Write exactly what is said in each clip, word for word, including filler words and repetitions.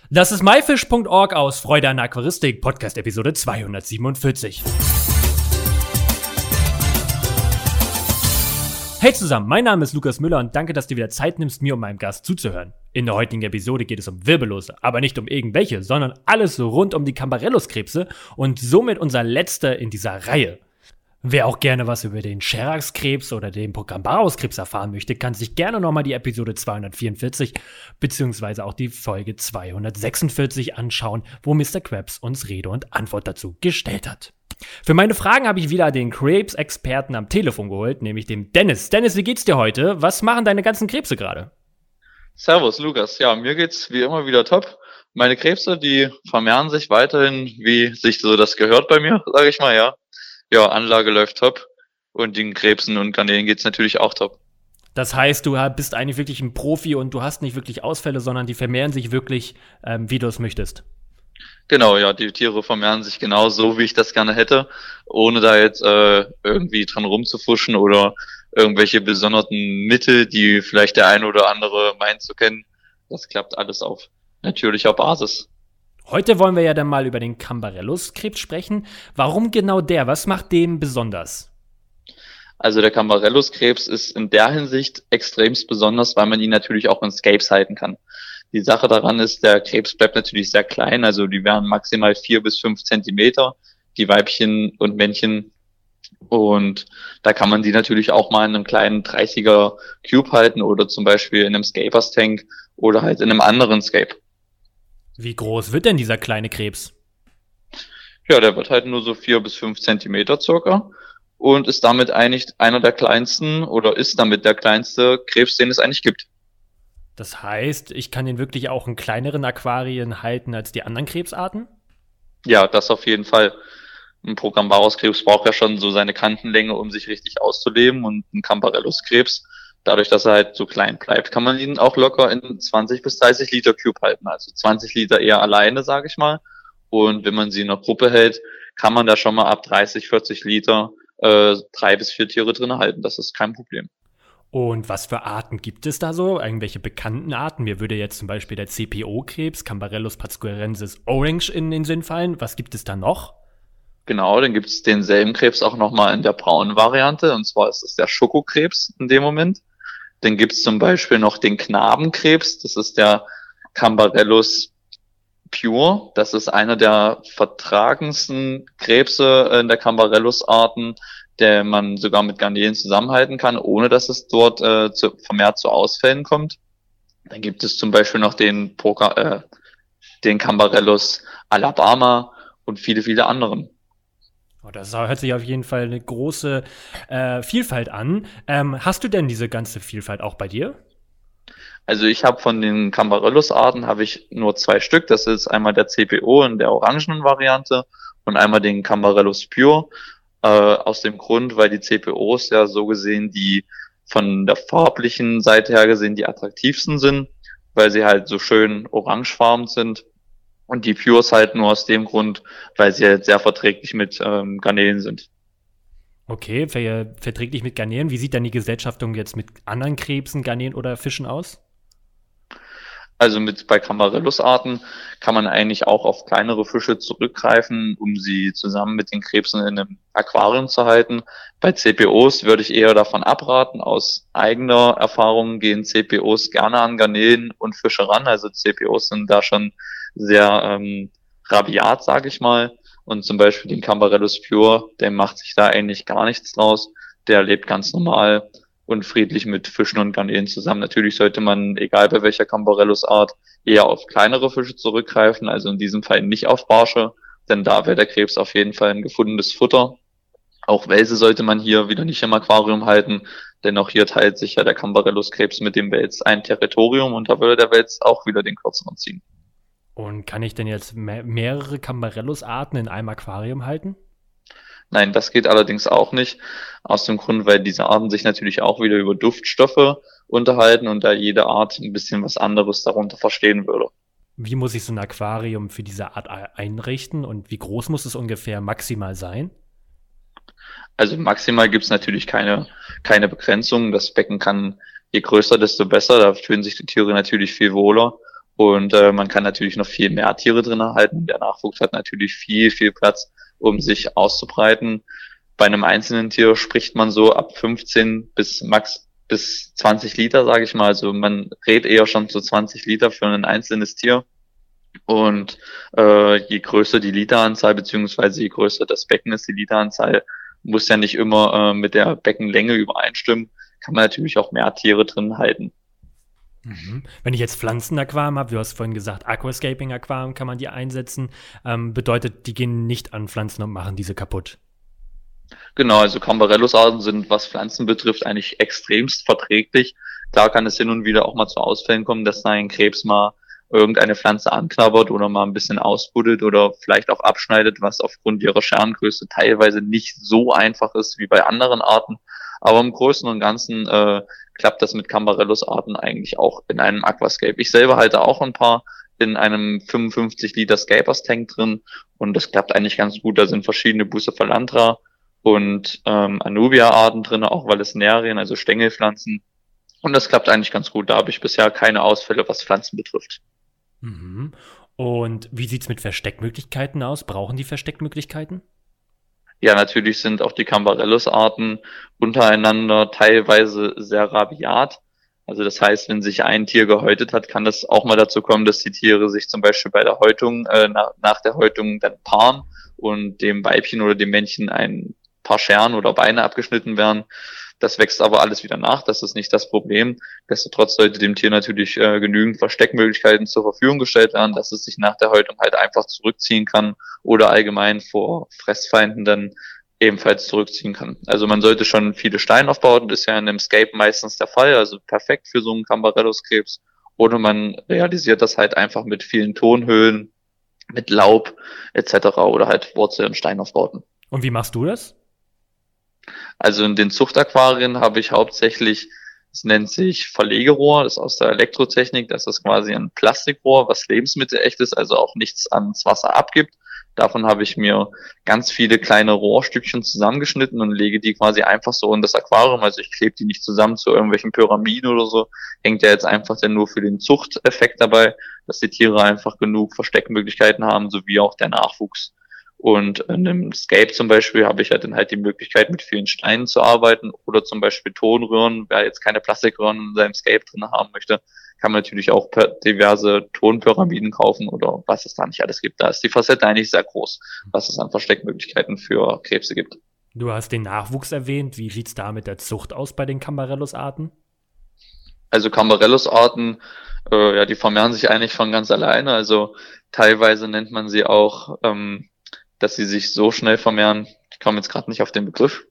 Das ist myfish punkt org aus Freude an Aquaristik, Podcast-Episode zweihundertsiebenundvierzig. Hey zusammen, mein Name ist Lukas Müller und danke, dass du wieder Zeit nimmst, mir und meinem Gast zuzuhören. In der heutigen Episode geht es um Wirbellose, aber nicht um irgendwelche, sondern alles so rund um die Cambarellus-Krebse und somit unser letzter in dieser Reihe. Wer auch gerne was über den Cherax-Krebs oder den Pocambarus-Krebs erfahren möchte, kann sich gerne nochmal die Episode zweihundertvierundvierzig beziehungsweise auch die Folge zweihundertsechsundvierzig anschauen, wo Mister Krabs uns Rede und Antwort dazu gestellt hat. Für meine Fragen habe ich wieder den Krebs-Experten am Telefon geholt, nämlich dem Dennis. Dennis, wie geht's dir heute? Was machen deine ganzen Krebse gerade? Servus, Lukas. Ja, mir geht's wie immer wieder top. Meine Krebse, die vermehren sich weiterhin, wie sich so das gehört bei mir, sage ich mal, ja. Ja, Anlage läuft top und den Krebsen und Garnelen geht's natürlich auch top. Das heißt, du bist eigentlich wirklich ein Profi und du hast nicht wirklich Ausfälle, sondern die vermehren sich wirklich, ähm, wie du es möchtest. Genau, ja, die Tiere vermehren sich genau so, wie ich das gerne hätte, ohne da jetzt äh, irgendwie dran rumzufuschen oder irgendwelche besonderten Mittel, die vielleicht der eine oder andere meint zu kennen. Das klappt alles auf natürlicher Basis. Heute wollen wir ja dann mal über den Cambarellus-Krebs sprechen. Warum genau der? Was macht den besonders? Also der Cambarellus-Krebs ist in der Hinsicht extremst besonders, weil man ihn natürlich auch in Scapes halten kann. Die Sache daran ist, der Krebs bleibt natürlich sehr klein, also die werden maximal vier bis fünf Zentimeter, die Weibchen und Männchen. Und da kann man die natürlich auch mal in einem kleinen dreißiger Cube halten oder zum Beispiel in einem Scapers Tank oder halt in einem anderen Scape. Wie groß wird denn dieser kleine Krebs? Ja, der wird halt nur so vier bis fünf Zentimeter circa und ist damit eigentlich einer der kleinsten oder ist damit der kleinste Krebs, den es eigentlich gibt. Das heißt, ich kann den wirklich auch in kleineren Aquarien halten als die anderen Krebsarten? Ja, das auf jeden Fall. Ein Pocambarus-Krebs braucht ja schon so seine Kantenlänge, um sich richtig auszuleben, und ein Cambarellus-Krebs, dadurch, dass er halt so klein bleibt, kann man ihn auch locker in zwanzig bis dreißig Liter Cube halten. Also zwanzig Liter eher alleine, sage ich mal. Und wenn man sie in einer Gruppe hält, kann man da schon mal ab dreißig, vierzig Liter äh, drei bis vier Tiere drin halten. Das ist kein Problem. Und was für Arten gibt es da so? Irgendwelche bekannten Arten? Mir würde jetzt zum Beispiel der C P O-Krebs, Cambarellus pascuarensis orange, in den Sinn fallen. Was gibt es da noch? Genau, dann gibt es denselben Krebs auch nochmal in der braunen Variante. Und zwar ist es der Schokokrebs in dem Moment. Dann gibt es zum Beispiel noch den Knabenkrebs. Das ist der Cambarellus pure. Das ist einer der vertragensten Krebse in der Cambarellus-Arten, der man sogar mit Garnelen zusammenhalten kann, ohne dass es dort äh, zu, vermehrt zu Ausfällen kommt. Dann gibt es zum Beispiel noch den, Poca, äh, den Cambarellus Alabama und viele, viele anderen. Oh, das hört sich auf jeden Fall eine große äh, Vielfalt an. Ähm, hast du denn diese ganze Vielfalt auch bei dir? Also ich habe von den Cambarellus-Arten habe ich nur zwei Stück. Das ist einmal der C P O in der orangenen Variante und einmal den Cambarellus pure. Äh, aus dem Grund, weil die C P Os ja so gesehen die von der farblichen Seite her gesehen die attraktivsten sind, weil sie halt so schön orangefarben sind. Und die Pures halt nur aus dem Grund, weil sie halt sehr verträglich mit ähm, Garnelen sind. Okay, ver- verträglich mit Garnelen. Wie sieht dann die Gesellschaftung jetzt mit anderen Krebsen, Garnelen oder Fischen aus? Also mit bei Cambarellus-Arten kann man eigentlich auch auf kleinere Fische zurückgreifen, um sie zusammen mit den Krebsen in einem Aquarium zu halten. Bei C P Os würde ich eher davon abraten. Aus eigener Erfahrung gehen C P Os gerne an Garnelen und Fische ran. Also C P Os sind da schon sehr ähm, rabiat, sage ich mal. Und zum Beispiel den Cambarellus pure, der macht sich da eigentlich gar nichts draus. Der lebt ganz normal und friedlich mit Fischen und Garnelen zusammen. Natürlich sollte man, egal bei welcher Cambarellus-Art, eher auf kleinere Fische zurückgreifen, also in diesem Fall nicht auf Barsche, denn da wäre der Krebs auf jeden Fall ein gefundenes Futter. Auch Welse sollte man hier wieder nicht im Aquarium halten, denn auch hier teilt sich ja der Cambarellus-Krebs mit dem Wels ein Territorium und da würde der Wels auch wieder den kürzeren ziehen. Und kann ich denn jetzt me- mehrere Cambarellus-Arten in einem Aquarium halten? Nein, das geht allerdings auch nicht, aus dem Grund, weil diese Arten sich natürlich auch wieder über Duftstoffe unterhalten und da jede Art ein bisschen was anderes darunter verstehen würde. Wie muss ich so ein Aquarium für diese Art einrichten und wie groß muss es ungefähr maximal sein? Also maximal gibt's natürlich keine, keine Begrenzung. Das Becken kann, je größer, desto besser. Da fühlen sich die Tiere natürlich viel wohler. Und äh, man kann natürlich noch viel mehr Tiere drin halten. Der Nachwuchs hat natürlich viel, viel Platz, um sich auszubreiten. Bei einem einzelnen Tier spricht man so ab fünfzehn bis max bis zwanzig Liter, sage ich mal. Also man redet eher schon zu zwanzig Liter für ein einzelnes Tier. Und äh, je größer die Literanzahl, beziehungsweise je größer das Becken ist, die Literanzahl muss ja nicht immer äh, mit der Beckenlänge übereinstimmen, kann man natürlich auch mehr Tiere drin halten. Mhm. Wenn ich jetzt Pflanzenaquarium habe, du hast vorhin gesagt, Aquascaping-Aquarium kann man die einsetzen, ähm, bedeutet, die gehen nicht an Pflanzen und machen diese kaputt. Genau, also Cambarellus-Arten sind, was Pflanzen betrifft, eigentlich extremst verträglich. Klar kann es hin und wieder auch mal zu Ausfällen kommen, dass da ein Krebs mal irgendeine Pflanze anknabbert oder mal ein bisschen ausbuddelt oder vielleicht auch abschneidet, was aufgrund ihrer Scherengröße teilweise nicht so einfach ist wie bei anderen Arten. Aber im Großen und Ganzen äh, klappt das mit Cambarellus-Arten eigentlich auch in einem Aquascape. Ich selber halte auch ein paar in einem fünfundfünfzig Liter Scapers Tank drin und das klappt eigentlich ganz gut. Da sind verschiedene Bucephalandra und ähm, Anubia-Arten drin, auch Vallisnerien, also Stängelpflanzen. Und das klappt eigentlich ganz gut. Da habe ich bisher keine Ausfälle, was Pflanzen betrifft. Mhm. Und wie sieht's mit Versteckmöglichkeiten aus? Brauchen die Versteckmöglichkeiten? Ja, natürlich sind auch die Cambarellus-Arten untereinander teilweise sehr rabiat. Also das heißt, wenn sich ein Tier gehäutet hat, kann das auch mal dazu kommen, dass die Tiere sich zum Beispiel bei der Häutung, äh, nach, nach der Häutung dann paaren und dem Weibchen oder dem Männchen ein paar Scheren oder Beine abgeschnitten werden. Das wächst aber alles wieder nach, das ist nicht das Problem. Nichtsdestotrotz sollte dem Tier natürlich äh, genügend Versteckmöglichkeiten zur Verfügung gestellt werden, dass es sich nach der Häutung halt einfach zurückziehen kann oder allgemein vor Fressfeinden dann ebenfalls zurückziehen kann. Also man sollte schon viele Steine aufbauen, das ist ja in einem Scape meistens der Fall, also perfekt für so einen Cambarellus-Krebs. Oder man realisiert das halt einfach mit vielen Tonhöhlen, mit Laub et cetera oder halt Wurzel- und Steinaufbauten. Und wie machst du das? Also in den Zuchtaquarien habe ich hauptsächlich, es nennt sich Verlegerohr, das ist aus der Elektrotechnik, das ist quasi ein Plastikrohr, was lebensmittelecht ist, also auch nichts ans Wasser abgibt. Davon habe ich mir ganz viele kleine Rohrstückchen zusammengeschnitten und lege die quasi einfach so in das Aquarium. Also ich klebe die nicht zusammen zu irgendwelchen Pyramiden oder so. Hängt ja jetzt einfach dann nur für den Zuchteffekt dabei, dass die Tiere einfach genug Versteckmöglichkeiten haben, sowie auch der Nachwuchs. Und in einem Scape zum Beispiel habe ich halt dann halt die Möglichkeit, mit vielen Steinen zu arbeiten oder zum Beispiel Tonröhren. Wer jetzt keine Plastikröhren in seinem Scape drin haben möchte, kann man natürlich auch diverse Tonpyramiden kaufen oder was es da nicht alles gibt. Da ist die Facette eigentlich sehr groß, was es an Versteckmöglichkeiten für Krebse gibt. Du hast den Nachwuchs erwähnt. Wie sieht's da mit der Zucht aus bei den Cambarellus-Arten? Also Cambarellus-Arten, äh, ja, die vermehren sich eigentlich von ganz alleine. Also teilweise nennt man sie auch ähm, dass sie sich so schnell vermehren. Ich komme jetzt gerade nicht auf den Begriff.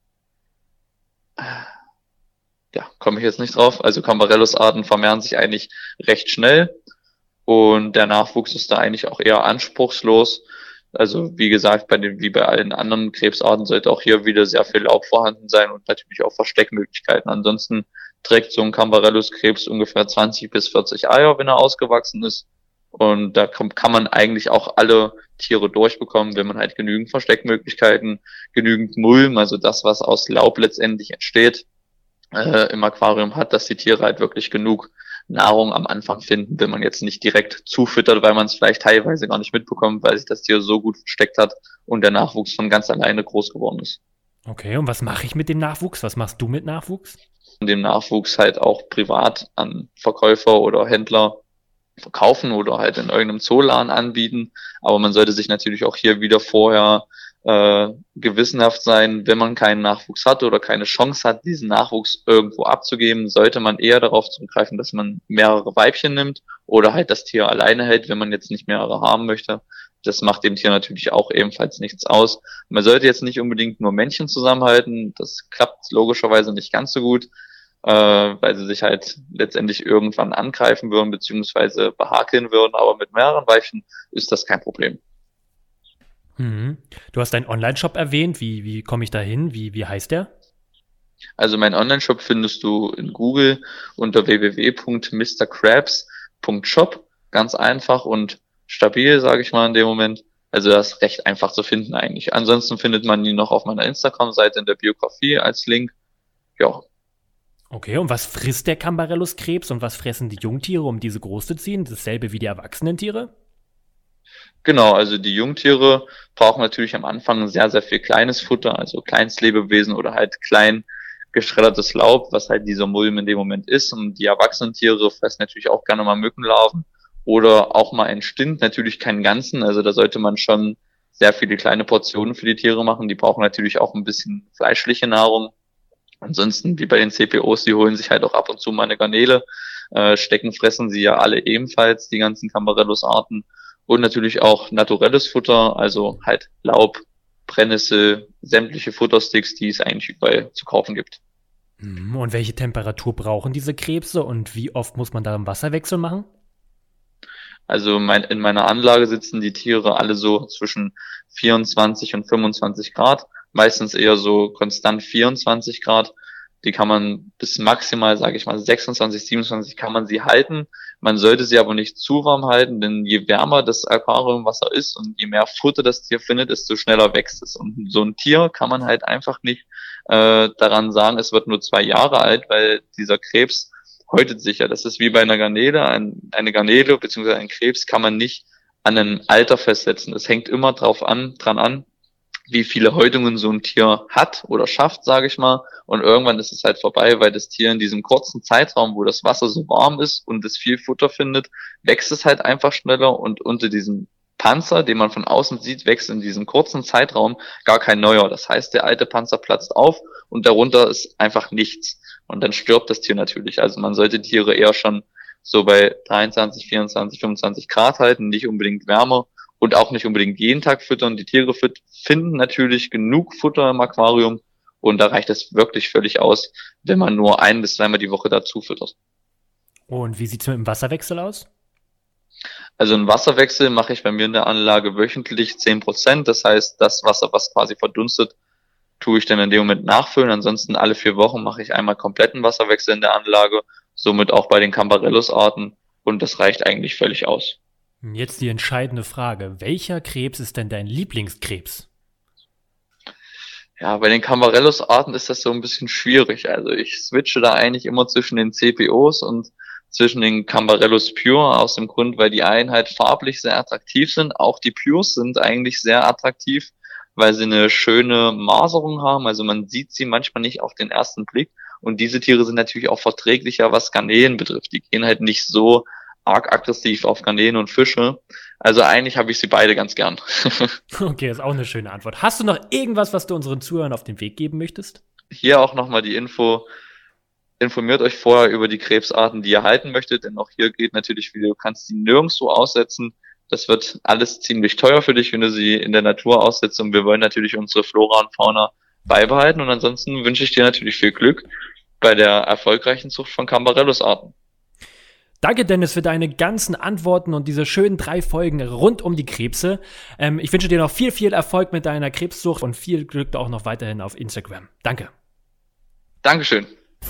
Ja, komme ich jetzt nicht drauf. Also Cambarellus-Arten vermehren sich eigentlich recht schnell und der Nachwuchs ist da eigentlich auch eher anspruchslos. Also wie gesagt, bei den, wie bei allen anderen Krebsarten sollte auch hier wieder sehr viel Laub vorhanden sein und natürlich auch Versteckmöglichkeiten. Ansonsten trägt so ein Cambarellus-Krebs ungefähr zwanzig bis vierzig Eier, wenn er ausgewachsen ist. Und da kann, kann man eigentlich auch alle Tiere durchbekommen, wenn man halt genügend Versteckmöglichkeiten, genügend Mulm, also das, was aus Laub letztendlich entsteht, äh, im Aquarium hat, dass die Tiere halt wirklich genug Nahrung am Anfang finden, wenn man jetzt nicht direkt zufüttert, weil man es vielleicht teilweise gar nicht mitbekommt, weil sich das Tier so gut versteckt hat und der Nachwuchs von ganz alleine groß geworden ist. Okay, und was mache ich mit dem Nachwuchs? Was machst du mit Nachwuchs? Und den Nachwuchs halt auch privat an Verkäufer oder Händler verkaufen oder halt in irgendeinem Zooladen anbieten. Aber man sollte sich natürlich auch hier wieder vorher äh, gewissenhaft sein, wenn man keinen Nachwuchs hat oder keine Chance hat, diesen Nachwuchs irgendwo abzugeben, sollte man eher darauf zurückgreifen, dass man mehrere Weibchen nimmt oder halt das Tier alleine hält, wenn man jetzt nicht mehrere haben möchte. Das macht dem Tier natürlich auch ebenfalls nichts aus. Man sollte jetzt nicht unbedingt nur Männchen zusammenhalten. Das klappt logischerweise nicht ganz so gut, äh, weil sie sich halt letztendlich irgendwann angreifen würden beziehungsweise behakeln würden. Aber mit mehreren Weibchen ist das kein Problem. Mhm. Du hast deinen Online-Shop erwähnt. Wie, wie komme ich da hin? Wie, wie heißt der? Also mein Online-Shop findest du in Google unter w w w punkt mister krabs punkt shop. Ganz einfach und stabil, sage ich mal in dem Moment. Also das ist recht einfach zu finden eigentlich. Ansonsten findet man ihn noch auf meiner Instagram-Seite in der Biografie als Link. Ja. Okay, und was frisst der Cambareluskrebs und was fressen die Jungtiere, um diese groß zu ziehen? Dasselbe wie die erwachsenen Tiere? Genau, also die Jungtiere brauchen natürlich am Anfang sehr, sehr viel kleines Futter, also Kleinstlebewesen oder halt klein geschreddertes Laub, was halt dieser Mulm in dem Moment ist. Und die erwachsenen Tiere fressen natürlich auch gerne mal Mückenlarven oder auch mal einen Stint, natürlich keinen ganzen. Also da sollte man schon sehr viele kleine Portionen für die Tiere machen. Die brauchen natürlich auch ein bisschen fleischliche Nahrung. Ansonsten, wie bei den C P Os, die holen sich halt auch ab und zu mal eine Garnele. Äh, Stecken fressen sie ja alle ebenfalls, die ganzen Cambarellus-Arten. Und natürlich auch naturelles Futter, also halt Laub, Brennnessel, sämtliche Futtersticks, die es eigentlich überall zu kaufen gibt. Und welche Temperatur brauchen diese Krebse und wie oft muss man da einen Wasserwechsel machen? Also mein, in meiner Anlage sitzen die Tiere alle so zwischen vierundzwanzig und fünfundzwanzig Grad, meistens eher so konstant vierundzwanzig Grad. Die kann man bis maximal, sage ich mal, sechsundzwanzig, siebenundzwanzig kann man sie halten. Man sollte sie aber nicht zu warm halten, denn je wärmer das Aquariumwasser ist und je mehr Futter das Tier findet, desto schneller wächst es. Und so ein Tier kann man halt einfach nicht äh, daran sagen, es wird nur zwei Jahre alt, weil dieser Krebs häutet sich ja. Das ist wie bei einer Garnele. Ein, eine Garnele bzw. ein Krebs kann man nicht an ein Alter festsetzen. Es hängt immer drauf an, dran an, wie viele Häutungen so ein Tier hat oder schafft, sage ich mal. Und irgendwann ist es halt vorbei, weil das Tier in diesem kurzen Zeitraum, wo das Wasser so warm ist und es viel Futter findet, wächst es halt einfach schneller und unter diesem Panzer, den man von außen sieht, wächst in diesem kurzen Zeitraum gar kein neuer. Das heißt, der alte Panzer platzt auf und darunter ist einfach nichts. Und dann stirbt das Tier natürlich. Also man sollte Tiere eher schon so bei dreiundzwanzig, vierundzwanzig, fünfundzwanzig Grad halten, nicht unbedingt wärmer. Und auch nicht unbedingt jeden Tag füttern. Die Tiere finden natürlich genug Futter im Aquarium und da reicht es wirklich völlig aus, wenn man nur ein- bis zweimal die Woche dazu füttert. Und wie sieht's mit dem Wasserwechsel aus? Also einen Wasserwechsel mache ich bei mir in der Anlage wöchentlich zehn Prozent. Das heißt, das Wasser, was quasi verdunstet, tue ich dann in dem Moment nachfüllen. Ansonsten alle vier Wochen mache ich einmal kompletten Wasserwechsel in der Anlage, somit auch bei den Cambarellus-Arten und das reicht eigentlich völlig aus. Jetzt die entscheidende Frage. Welcher Krebs ist denn dein Lieblingskrebs? Ja, bei den Cambarellus-Arten ist das so ein bisschen schwierig. Also ich switche da eigentlich immer zwischen den C P Os und zwischen den Cambarellus Pure aus dem Grund, weil die einen halt farblich sehr attraktiv sind. Auch die Pures sind eigentlich sehr attraktiv, weil sie eine schöne Maserung haben. Also man sieht sie manchmal nicht auf den ersten Blick. Und diese Tiere sind natürlich auch verträglicher, was Garnelen betrifft. Die gehen halt nicht so arg aggressiv auf Garnelen und Fische. Also eigentlich habe ich sie beide ganz gern. Okay, das ist auch eine schöne Antwort. Hast du noch irgendwas, was du unseren Zuhörern auf den Weg geben möchtest? Hier auch nochmal die Info. Informiert euch vorher über die Krebsarten, die ihr halten möchtet, denn auch hier geht natürlich wieder, du kannst sie nirgendwo aussetzen. Das wird alles ziemlich teuer für dich, wenn du sie in der Natur aussetzt. Und wir wollen natürlich unsere Flora und Fauna beibehalten. Und ansonsten wünsche ich dir natürlich viel Glück bei der erfolgreichen Zucht von Cambarellus-Arten. Danke, Dennis, für deine ganzen Antworten und diese schönen drei Folgen rund um die Krebse. Ähm, ich wünsche dir noch viel, viel Erfolg mit deiner Krebszucht und viel Glück auch noch weiterhin auf Instagram. Danke. Dankeschön.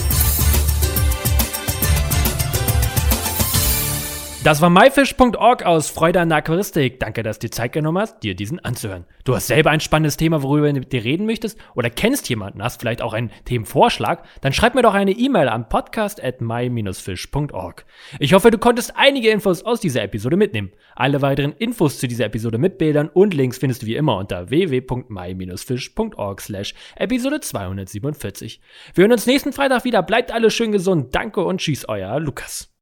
Das war myfish punkt org aus Freude an der Aquaristik. Danke, dass du dir Zeit genommen hast, dir diesen anzuhören. Du hast selber ein spannendes Thema, worüber du mit dir reden möchtest oder kennst jemanden, hast vielleicht auch einen Themenvorschlag, dann schreib mir doch eine E-Mail an podcast at my dash fish punkt org. Ich hoffe, du konntest einige Infos aus dieser Episode mitnehmen. Alle weiteren Infos zu dieser Episode mit Bildern und Links findest du wie immer unter w w w punkt my dash fish punkt org slash Episode zweihundertsiebenundvierzig. Wir hören uns nächsten Freitag wieder. Bleibt alle schön gesund. Danke und tschüss, euer Lukas.